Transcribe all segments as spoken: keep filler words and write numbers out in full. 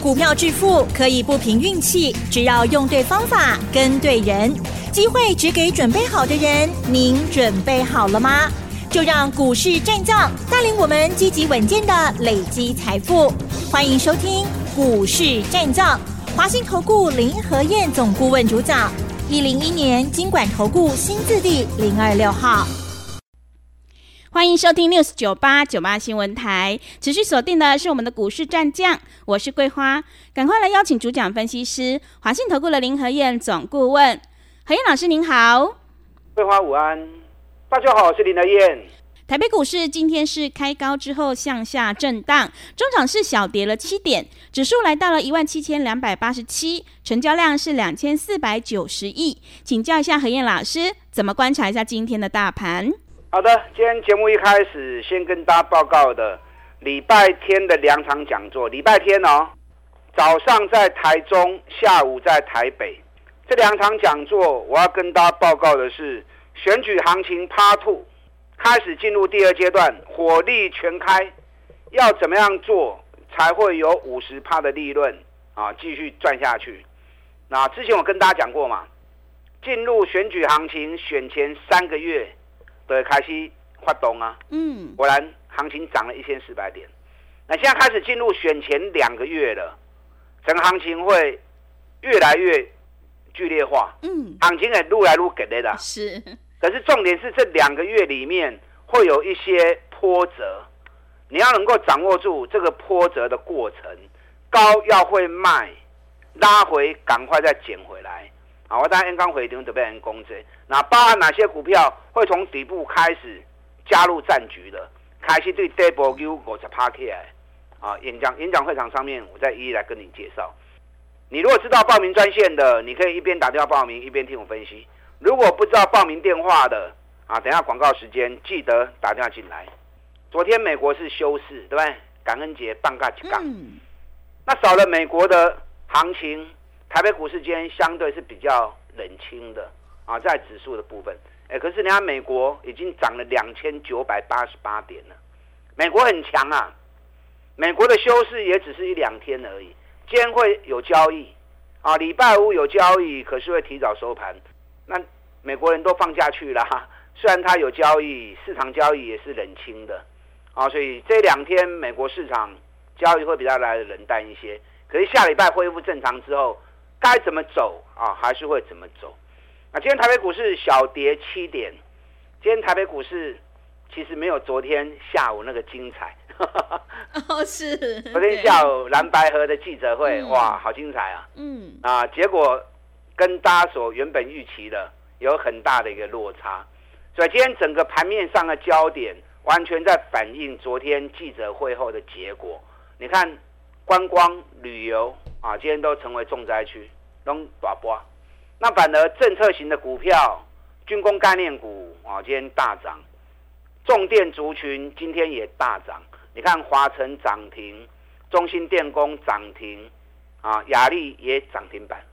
股票致富可以不凭运气，只要用对方法，跟对人。机会只给准备好的人，您准备好了吗？就让股市战将带领我们积极稳健的累积财富。欢迎收听股市战将，华信投顾林和彥总顾问主讲，一零一年金管投顾新字第零二六号。 欢迎收听 News 九八九八新闻台，持续锁定的是我们的股市战将，我是桂花，赶快来邀请主讲分析师华信投顾的林和彥总顾问。和彥老师您好。 桂花午安，大家好，我是林和彥。 台北股市今天是开高之后向下震荡，中场是小跌了七点，指数来到了一万七千两百八十七，成交量是两千四百九十亿。请教一下和彥老师，怎么观察一下今天的大盘？ 好的，今天节目一开始先跟大家报告的礼拜天的两场讲座。礼拜天哦，早上在台中，下午在台北，这两场讲座我要跟大家报告的是选举行情 Part 二 开始进入第二阶段，火力全开，要怎么样做才会有 百分之五十 的利润啊，继续赚下去。那之前我跟大家讲过嘛，进入选举行情选前三个月对，开始发动啊，嗯，果然行情涨了一千四百点。那现在开始进入选前两个月了，整个行情会越来越剧烈化，嗯，行情也越来越给力的。 是， 可是重点是这两个月里面会有一些波折，你要能够掌握住这个波折的过程，高要会卖，拉回赶快再捡回来。啊，我当然刚回场准备人攻击，那包含哪些股票会从底部开始加入战局的，开始对底部有 百分之五十 起来啊！演讲演讲会场上面，我再一一来跟你介绍。你如果知道报名专线的，你可以一边打电话报名，一边听我分析；如果不知道报名电话的啊，等一下广告时间记得打电话进来。昨天美国是休市，对不对？感恩节放假一港，嗯，那少了美国的行情。台北股市今天相对是比较冷清的啊，在指数的部分，哎，可是人家美国已经涨了两千九百八十八点了，美国很强啊，美国的休市也只是一两天而已，今天会有交易啊，礼拜五有交易，可是会提早收盘，那美国人都放假去了，虽然它有交易，市场交易也是冷清的啊，所以这两天美国市场交易会比较来的冷淡一些，可是下礼拜恢复正常之后，该怎么走啊？还是会怎么走？那今天台北股市小跌七点，今天台北股市其实没有昨天下午那个精彩。 哦，是。 昨天下午蓝白合的记者会，嗯、哇，好精彩啊！嗯。啊，结果跟大家所原本预期的有很大的一个落差，所以今天整个盘面上的焦点完全在反映昨天记者会后的结果。你看，观光旅游啊，今天都成为重灾区，都大波。那反而政策型的股票、军工概念股啊，今天大涨，重电族群今天也大涨。你看华城涨停，中兴电工涨停，啊，亚力也涨停板。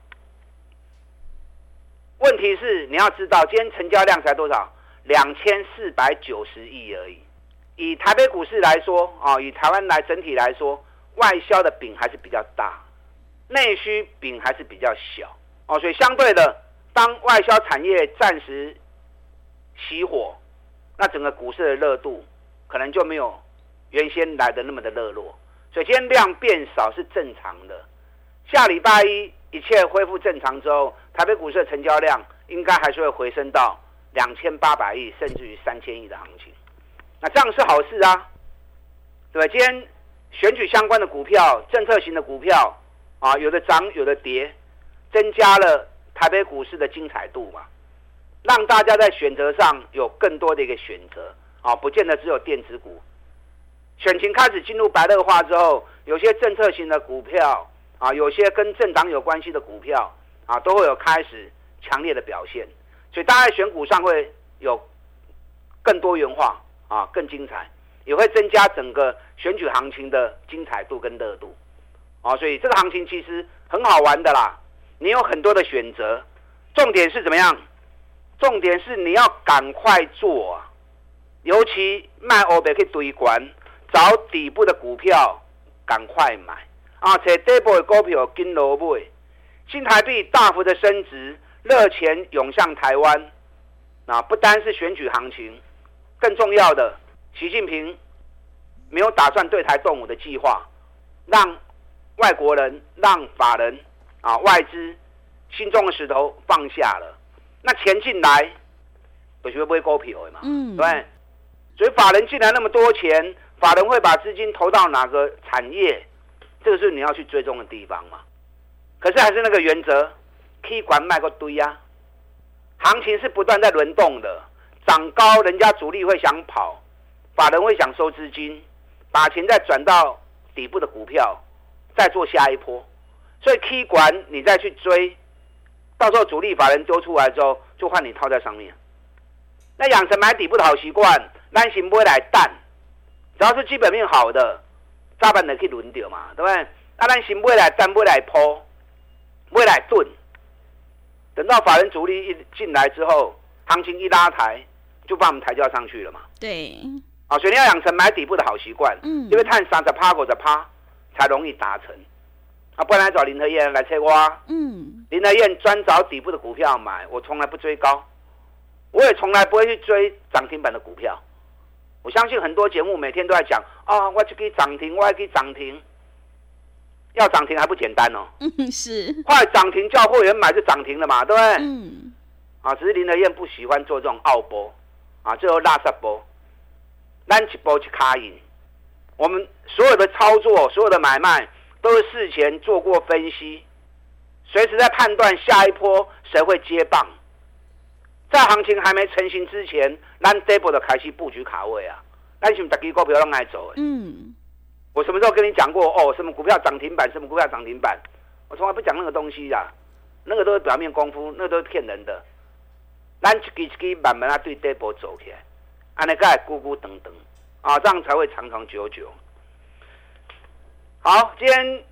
问题是你要知道，今天成交量才多少？两千四百九十亿而已。以台北股市来说啊，以台湾来整体来说，外销的饼还是比较大，内需饼还是比较小哦，所以相对的，当外销产业暂时熄火，那整个股市的热度可能就没有原先来的那么的热络，所以今天量变少是正常的。下礼拜一一切恢复正常之后，台北股市的成交量应该还是会回升到两千八百亿甚至于三千亿的行情，那这样是好事啊，对吧？今天选举相关的股票、政策型的股票啊，有的涨有的跌，增加了台北股市的精彩度嘛，让大家在选择上有更多的一个选择啊，不见得只有电子股。选情开始进入白热化之后，有些政策型的股票啊，有些跟政党有关系的股票啊，都会有开始强烈的表现，所以大家在选股上会有更多元化啊，更精彩，也会增加整个选举行情的精彩度跟热度啊，所以这个行情其实很好玩的啦，你有很多的选择，重点是怎么样？重点是你要赶快做啊，尤其卖欧北去堆关，找底部的股票赶快买啊，找底部的股票跟落买，新台币大幅的升值，热钱涌向台湾，啊，不单是选举行情，更重要的，习近平没有打算对台动武的计划，让外国人、让法人啊、外资心中的石头放下了，那钱进来，就是要买股票的嘛，嗯，对，所以法人进来那么多钱，法人会把资金投到哪个产业？这个是你要去追踪的地方嘛。可是还是那个原则，可以管卖个堆啊。行情是不断在轮动的，涨高人家主力会想跑，法人会想收资金，把钱再转到底部的股票，再做下一波。所以 K 管你再去追，到时候主力法人丢出来之后，就换你套在上面。那养成买底部的好习惯，咱先买来等，只要是基本面好的，早晚就去轮掉嘛，对不对？那咱先买来等，买来抛，买来炖，等到法人主力一进来之后，行情一拉抬，就把我们抬轿上去了嘛。 对， 啊，所以你要养成买底部的好习惯，嗯，因为探三十趴、五十趴才容易达成。啊，不然来找林和燕来催我，嗯，林和燕专找底部的股票买，我从来不追高，我也从来不会去追涨停板的股票。我相信很多节目每天都在讲啊，我就可以涨停，我还可以涨停，要涨停还不简单哦。 嗯，是。后来涨停叫会员买就涨停了嘛，对不对？嗯。啊，只是林和燕不喜欢做这种奥波，啊，最后拉萨波，咱一波一卡赢。我们所有的操作，所有的买卖，都是事前做过分析，随时在判断下一波谁会接棒。在行情还没成型之前，咱底部就开始布局卡位啊。咱是不是每支股票都爱走的？嗯。我什么时候跟你讲过哦？什么股票涨停板，什么股票涨停板？我从来不讲那个东西啊，那个都是表面功夫，那个都是骗人的。咱一支一支慢慢啊对底部走起来，安尼才会咕咕等等啊，这样才会长长久久。好，今天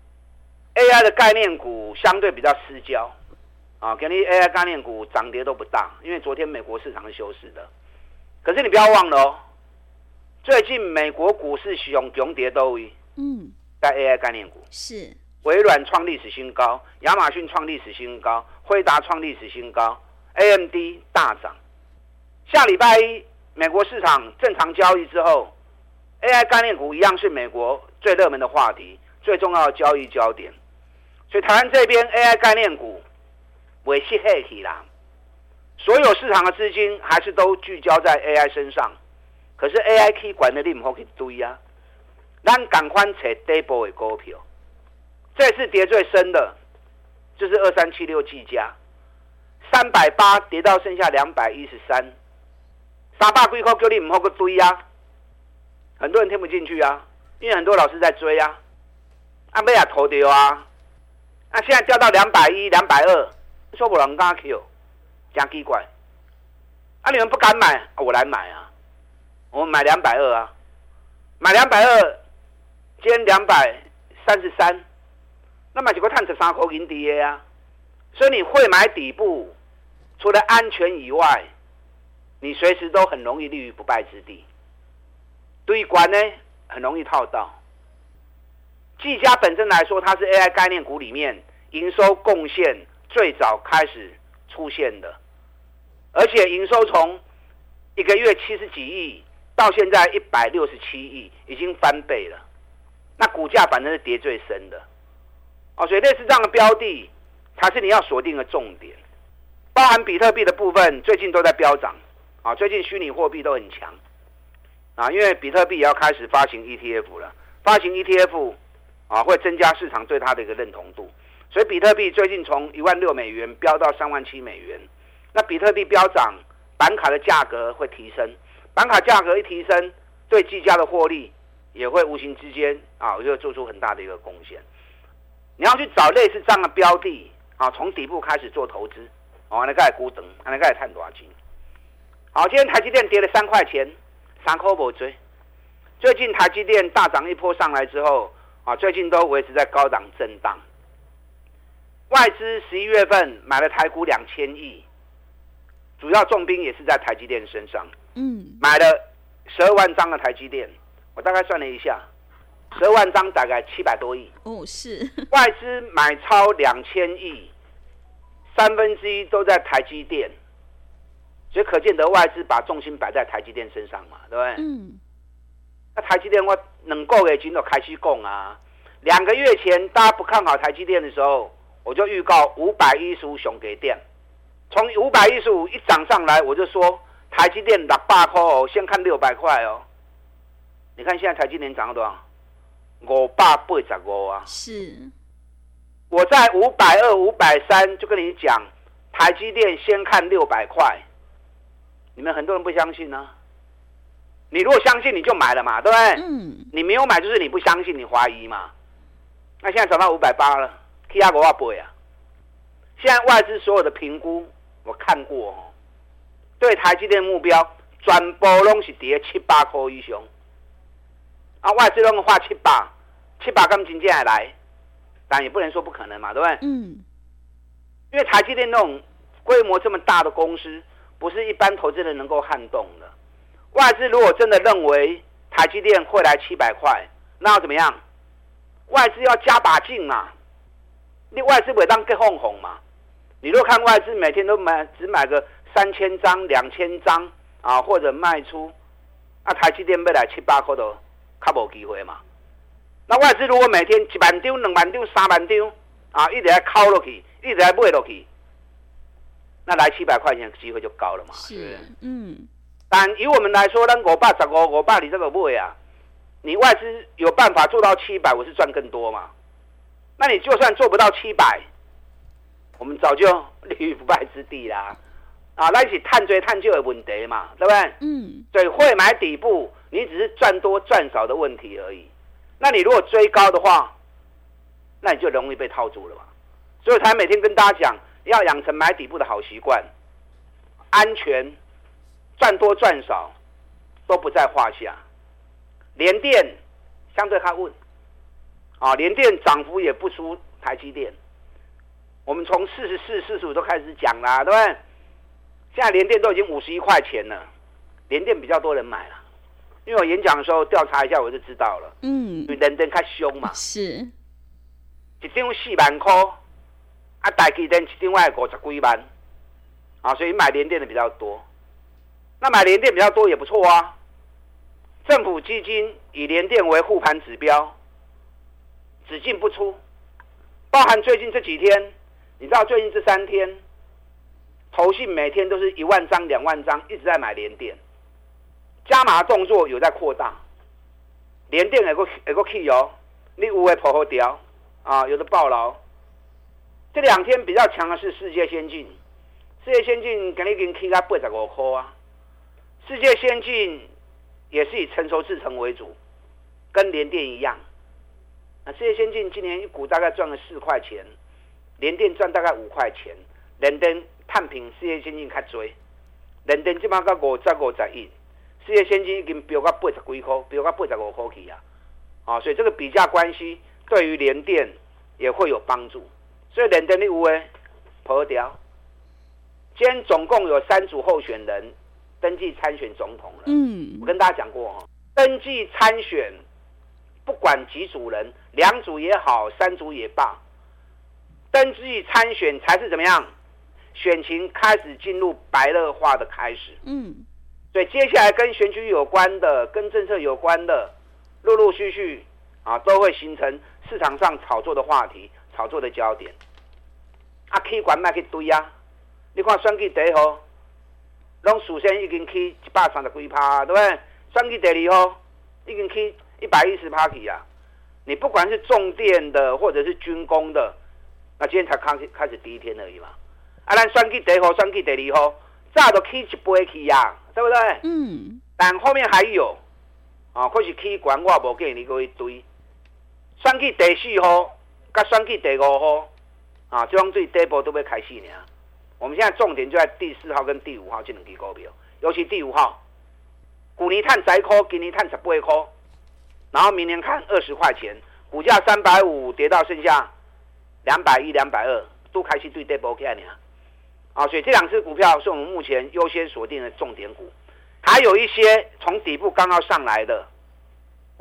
A I 的概念股相对比较失焦啊，给你 A I 概念股涨跌都不大，因为昨天美国市场是休市的。可是你不要忘了哦，最近美国股市熊熊跌都位，嗯，在 A I 概念股是微软创历史新高，亚马逊创历史新高，辉达创历史新高 ，A M D 大涨。下礼拜一美国市场正常交易之后 ，A I 概念股一样是美国最热门的话题，最重要的交易焦点。所以台湾这边 A I 概念股尾气黑起啦，所有市场的资金还是都聚焦在 A I 身上。可是 A I 可以管的你不好去追啊，咱赶快找底部的股票。这次跌最深的就是二三七六技嘉，三百八跌到剩下两百一十三，三百几块叫你不好去追啊。很多人听不进去啊，因为很多老师在追啊，啊没也投掉啊，啊现在掉到两百一、两百二，说不人敢 Q， 真奇怪。啊你们不敢买，啊、我来买啊，我们买两百二啊，买两百二，今天两百三十三，那么就个探十三块银底的啊。所以你会买底部，除了安全以外，你随时都很容易立于不败之地。对管呢，很容易套到。技嘉本身来说，它是 A I 概念股里面营收贡献最早开始出现的，而且营收从一个月七十几亿到现在一百六十七亿，已经翻倍了。那股价反正是跌最深的，哦，所以类似这样的标的才是你要锁定的重点。包含比特币的部分，最近都在飙涨啊，最近虚拟货币都很强。啊，因为比特币也要开始发行 E T F 了，发行 E T F 啊会增加市场对它的一个认同度，所以比特币最近从一万六美元飙到三万七美元。那比特币飙涨，板卡的价格会提升，板卡价格一提升，对技嘉的获利也会无形之间啊，就会做出很大的一个贡献。你要去找类似这样的标的啊，从底部开始做投资，哦，那个股等，那个探多少钱？好，今天台积电跌了三块钱。三块没追，最近台积电大涨一波上来之后，啊，最近都维持在高档震荡。外资十一月份买了台股两千亿，主要重兵也是在台积电身上，嗯，买了十二万张的台积电。我大概算了一下， 十二万张大概七百多亿。 哦，是。 外资买超两千亿，三分之一都在台积电，所以可见得外资把重心摆在台积电身上嘛，对不对？ 嗯。 那台积电我两个月前就开始讲啊，两个月前大家不看好台积电的时候，我就预告五百一十五上给电，从五百一十五一涨上来，我就说台积电六百块哦，先看六百块哦。你看现在台积电涨了多少？五百八十五啊！ 是。 我在五百二、五百三就跟你讲，台积电先看六百块。你们很多人不相信呢、啊。你如果相信，你就买了嘛，对不对？ 嗯。 你没有买，就是你不相信，你怀疑嘛。那现在涨到五百八了，起啊五百八啊。现在外资所有的评估，我看过哦，对台积电目标，全部拢是在七百块以上。啊，外资拢画七百，七百刚真正会来，但也不能说不可能嘛，对不对？ 嗯。 因为台积电那种规模这么大的公司，不是一般投资人能够撼动的。外资如果真的认为台积电会来七百块，那要怎么样？外资要加把劲嘛。你外资不会当给哄哄嘛？你如果看外资每天都买，只买个三千张、两千张啊，或者卖出，那、啊、台积电要来七八块都较无机会嘛。那外资如果每天一万张、两万张、三万张啊，一直在敲落去，一直在买落去，那来七百块钱的机会就高了嘛。 是，嗯。 但以我们来说，咱五百十五、五百二这个买啊，你外资有办法做到七百，我是赚更多嘛。那你就算做不到七百，我们早就立于不败之地啦。啊，那是探追探究的问题嘛，对不对？ 嗯。 所以会买底部，你只是赚多赚少的问题而已。那你如果追高的话，那你就容易被套住了嘛。所以才每天跟大家讲，要养成买底部的好习惯，安全。赚多赚少都不在话下，联电相对较稳，啊，联电涨幅也不输台积电。我们从四十四、四十五都开始讲啦，对不对？现在联电都已经五十一块钱了，联电比较多人买了，因为我演讲的时候调查一下我就知道了， 嗯， 因为联电较凶嘛， 是， 一张四万块，啊，台积电一张外五十几万，啊，所以买联电的比较多。那买联电比较多也不错啊。政府基金以联电为护盘指标，只进不出，包含最近这几天，你知道最近这三天，投信每天都是一万张、两万张，一直在买联电，加码动作有在扩大，联电有个有个起哦，你有的跑好掉啊，有的爆牢。这两天比较强的是世界先进，世界先进今日已经起到八十五块啊。世界先进也是以成熟制程为主，跟联电一样。那世界先进今年一股大概赚了四块钱，联电赚大概五块钱。联电探平世界先进较多，联电即马到五十五十亿，世界先进已经飙到八十几块，飙到八十五块去啊！啊，所以这个比价关系对于联电也会有帮助。所以联电你有诶跑掉。今天总共有三组候选人登记参选总统了。 嗯， 我跟大家讲过哦，登记参选，不管几组人，两组也好，三组也罢，登记参选才是怎么样？选情开始进入白热化的开始。 嗯， 所以接下来跟选举有关的、跟政策有关的，陆陆续续啊，都会形成市场上炒作的话题、炒作的焦点。啊，起管卖去堆啊！你看选举第一号。拢首先已经去一百三十几趴，对不对？选举第二号已经去一百一十趴去啊！你不管是重电的或者是军工的，那今天才开始开始第一天而已嘛。啊，咱选举第一号、选举第二号，早就去一杯去呀，对不对？ 嗯。 但后面还有啊，或是去管我无建议过一堆。选举第四号跟选举第五号啊，这种最底部都要开始呢。我们现在重点就在第四号跟第五号这两支股票，尤其第五号，去年赚十块，今年赚十八块，然后明年看二十块钱，股价三百五跌到剩下两百一、两百二，都开始对底部起来呢。啊，所以这两支股票是我们目前优先锁定的重点股，还有一些从底部刚要上来的，我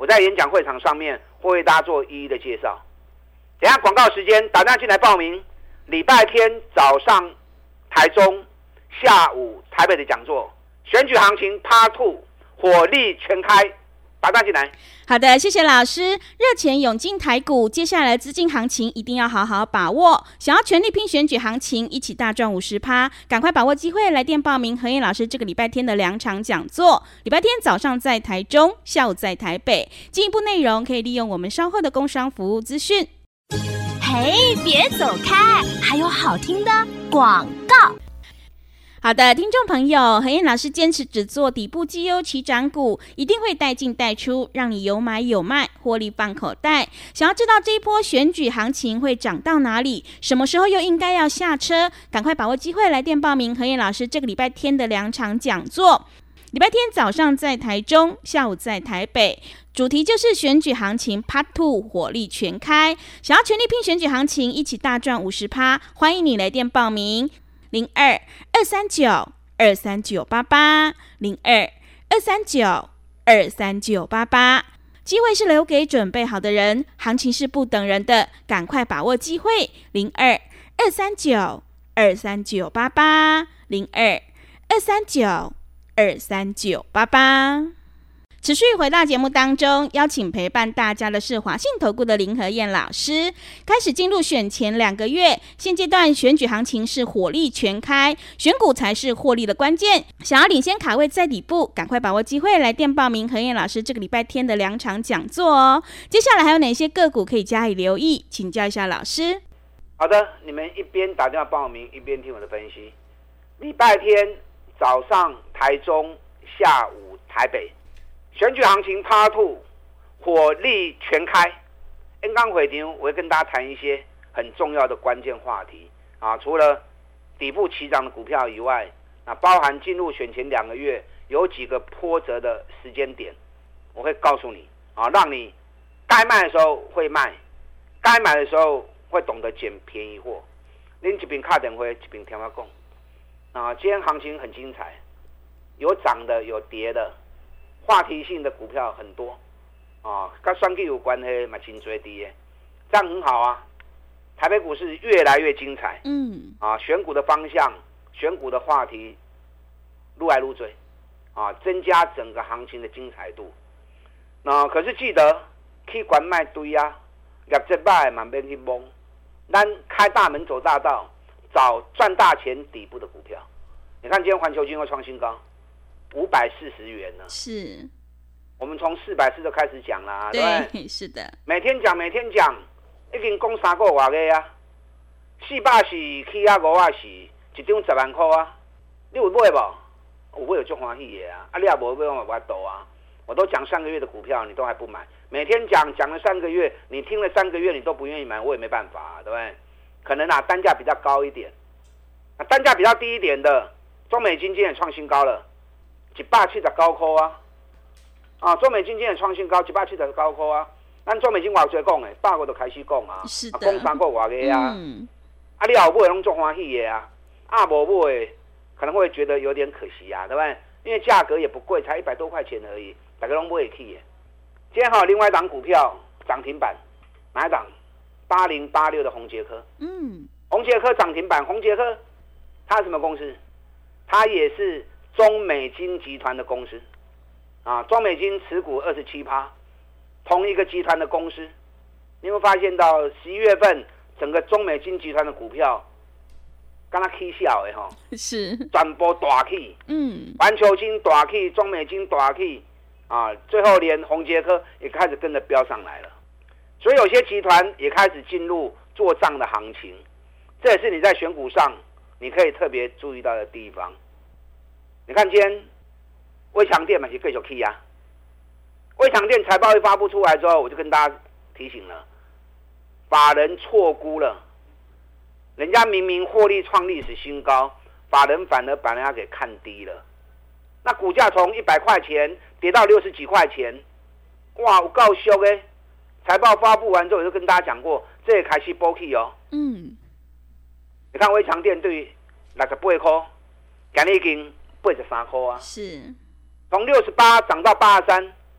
我在演讲会场上面会为大家做一一的介绍。等一下广告时间，打电话进来报名。礼拜天早上台中，下午台北的讲座，选举行情 Part 二，火力全开，打电话进来。 好的，谢谢老师。热钱涌进台股，接下来资金行情一定要好好把握。想要全力拼选举行情，一起大赚 百分之五十， 赶快把握机会，来电报名何燕老师这个礼拜天的两场讲座。礼拜天早上在台中，下午在台北。进一步内容可以利用我们稍后的工商服务资讯。 嘿，别走开，还有好听的广告。 好的，听众朋友，何燕老师坚持只做底部绩优起涨股，一定会带进带出，让你有买有卖，获利放口袋。想要知道这一波选举行情会涨到哪里，什么时候又应该要下车，赶快把握机会，来电报名何燕老师这个礼拜天的两场讲座。礼拜天早上在台中，下午在台北，主题就是选举行情 Part 二， 火力全开。想要全力拼选举行情，一起大赚 百分之五十， 欢迎你来电报名。零二二三九二三九八八零二二三九二三九八八，机会是留给准备好的人，行情是不等人的，赶快把握机会。零二二三九二三九八八零二二三九二三九八八。持续回到节目当中，邀请陪伴大家的是华信投顾的林和燕老师。开始进入选前两个月，现阶段选举行情是火力全开，选股才是获利的关键。想要领先卡位在底部，赶快把握机会，来电报名和燕老师这个礼拜天的两场讲座哦。接下来还有哪些个股可以加以留意？请教一下老师。 好的，你们一边打电话报名，一边听我的分析。礼拜天早上台中，下午台北。选举行情 Part 二， 火力全开。演讲会场我会跟大家谈一些很重要的关键话题啊，除了底部起涨的股票以外，那包含进入选前两个月有几个波折的时间点，我会告诉你啊，让你该卖的时候会卖，该买的时候会懂得捡便宜货。您一边打电话，一边听我讲啊，今天行情很精彩，有涨的，有跌的。话题性的股票很多啊，跟选举有关系嘛，真多的，这样很好啊。台北股市越来越精彩，嗯，啊，选股的方向、选股的话题，愈来愈多啊，增加整个行情的精彩度。那可是记得去管卖堆啊，业绩歹嘛免去摸，咱开大门走大道，找赚大钱底部的股票。你看今天环球金会创新高。五百四十元呢， 是我们从四百四就开始讲啦，对不对？ 是的， 每天讲，每天讲，已经讲三个月个啊，四百四起啊，五啊四，一张十万块啊，你有买无？有买有足欢喜的啊，啊你也无买我无法度啊，我都讲三个月的股票，你都还不买，每天讲讲了三个月，你听了三个月，你都不愿意买，我也没办法、啊，对不对？可能啊单价比较高一点，啊单价比较低一点的，中美金今天也创新高了。一百七十九块啊！啊，中美金今天创新高，一百七十九块啊！咱中美金偌侪讲的，百个都开始讲啊， 是的， 讲三个偌个啊！嗯、啊，你有买拢足欢喜的啊！啊，无买可能会觉得有点可惜啊，对不对？因为价格也不贵，才一百多块钱而已，大家拢买得起的。今天还有另外一档股票涨停板，哪一档？八零八六的宏捷科。嗯，宏捷科涨停板，宏捷科它是什么公司？它也是。中美金集团的公司，啊，中美金持股二十七趴，同一个集团的公司，你会发现到十一月份整个中美金集团的股票，刚刚起小的哈， 是全部大起，嗯，环球金大起，中美金大起，啊，最后连宏捷科也开始跟着飙上来了，所以有些集团也开始进入做账的行情，这也是你在选股上你可以特别注意到的地方。你看今天威强电嘛是继续起啊，威强电财报一发布出来之后，我就跟大家提醒了，法人错估了，人家明明获利创历史新高，法人反而把人家给看低了。那股价从一百块钱跌到六十几块钱，哇，有够俗的。财报发布完之后，我就跟大家讲过，这也开始补起哦。嗯，你看威强电对六十八块，今日已经八十三块啊， 是从六十八涨到八十三，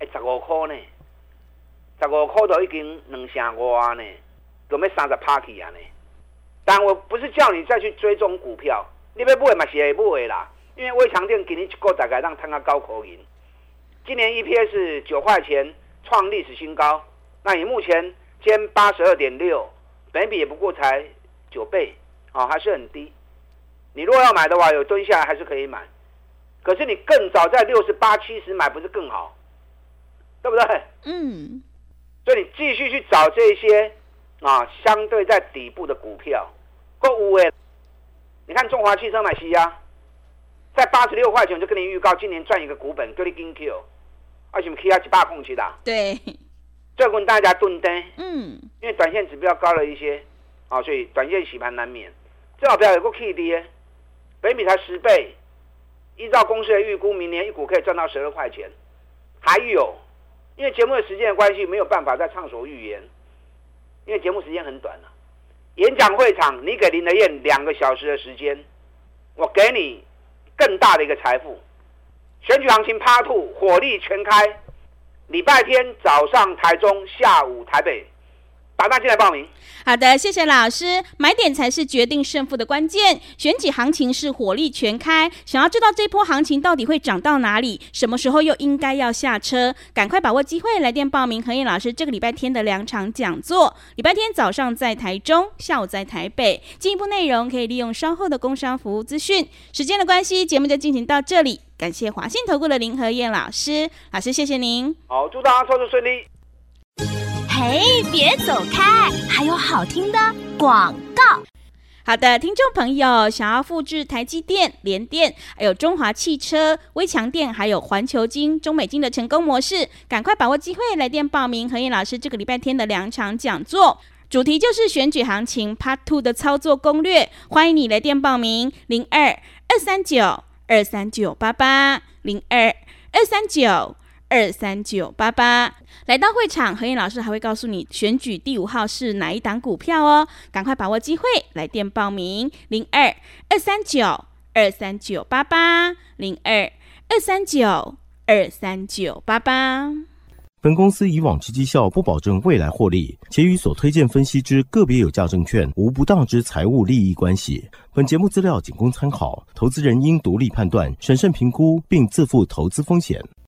哎，十五块呢，十五块都已经两成外呢，都要三十趴去啊呢。但我不是叫你再去追踪股票，你要买嘛是会买啦，因为威强电今年一个大概让摊到高口银，今年 E P S 九块钱创历史新高，那你目前今天八十二点六，本益比也不过才九倍，哦，还是很低。你如果要买的话，有蹲下来还是可以买，可是你更早在六十八、七十买不是更好，对不对？ 嗯， 所以你继续去找这些啊，相对在底部的股票，够有的。你看中华汽车买西亚，在八十六块钱我就跟你预告，今年赚一个股本，叫你紧 Q， 而且我们 K 它一百空七的， 对， 这跟大家蹲单， 嗯， 因为短线指标高了一些，啊，所以短线洗盘难免。最好不要有个 K D， 本益比才十倍，依照公司的预估，明年一股可以赚到十二块钱。还有，因为节目的时间的关系，没有办法再畅所欲言，因为节目时间很短了。演讲会场，你给林德燕两个小时的时间，我给你更大的一个财富。选举行情Part two火力全开，礼拜天早上台中，下午台北，打电话进来报名。 好的，谢谢老师。买点才是决定胜负的关键，选举行情是火力全开。想要知道这波行情到底会涨到哪里，什么时候又应该要下车，赶快把握机会，来电报名何燕老师这个礼拜天的两场讲座。礼拜天早上在台中，下午在台北。进一步内容可以利用稍后的工商服务资讯。时间的关系，节目就进行到这里。感谢华信投顾的林何燕老师，老师谢谢您。 好，祝大家操作顺利。 嘿，别走开，还有好听的广告。 好的，听众朋友，想要复制台积电、联电，还有中华汽车、威强电，还有环球金、中美金的成功模式，赶快把握机会，来电报名何燕老师这个礼拜天的两场讲座。主题就是选举行情 Part two 的操作攻略，欢迎你来电报名零二二三九二三九八八零二二三九二三九八八。来到会场，何燕老师还会告诉你选举第五号是哪一档股票哦，赶快把握机会，来电报名零二二三九二三九八八零二二三九二三九八八。 本公司以往之绩效不保证未来获利，且与所推荐分析之个别有价证券无不当之财务利益关系。本节目资料仅供参考，投资人应独立判断、审慎评估，并自负投资风险。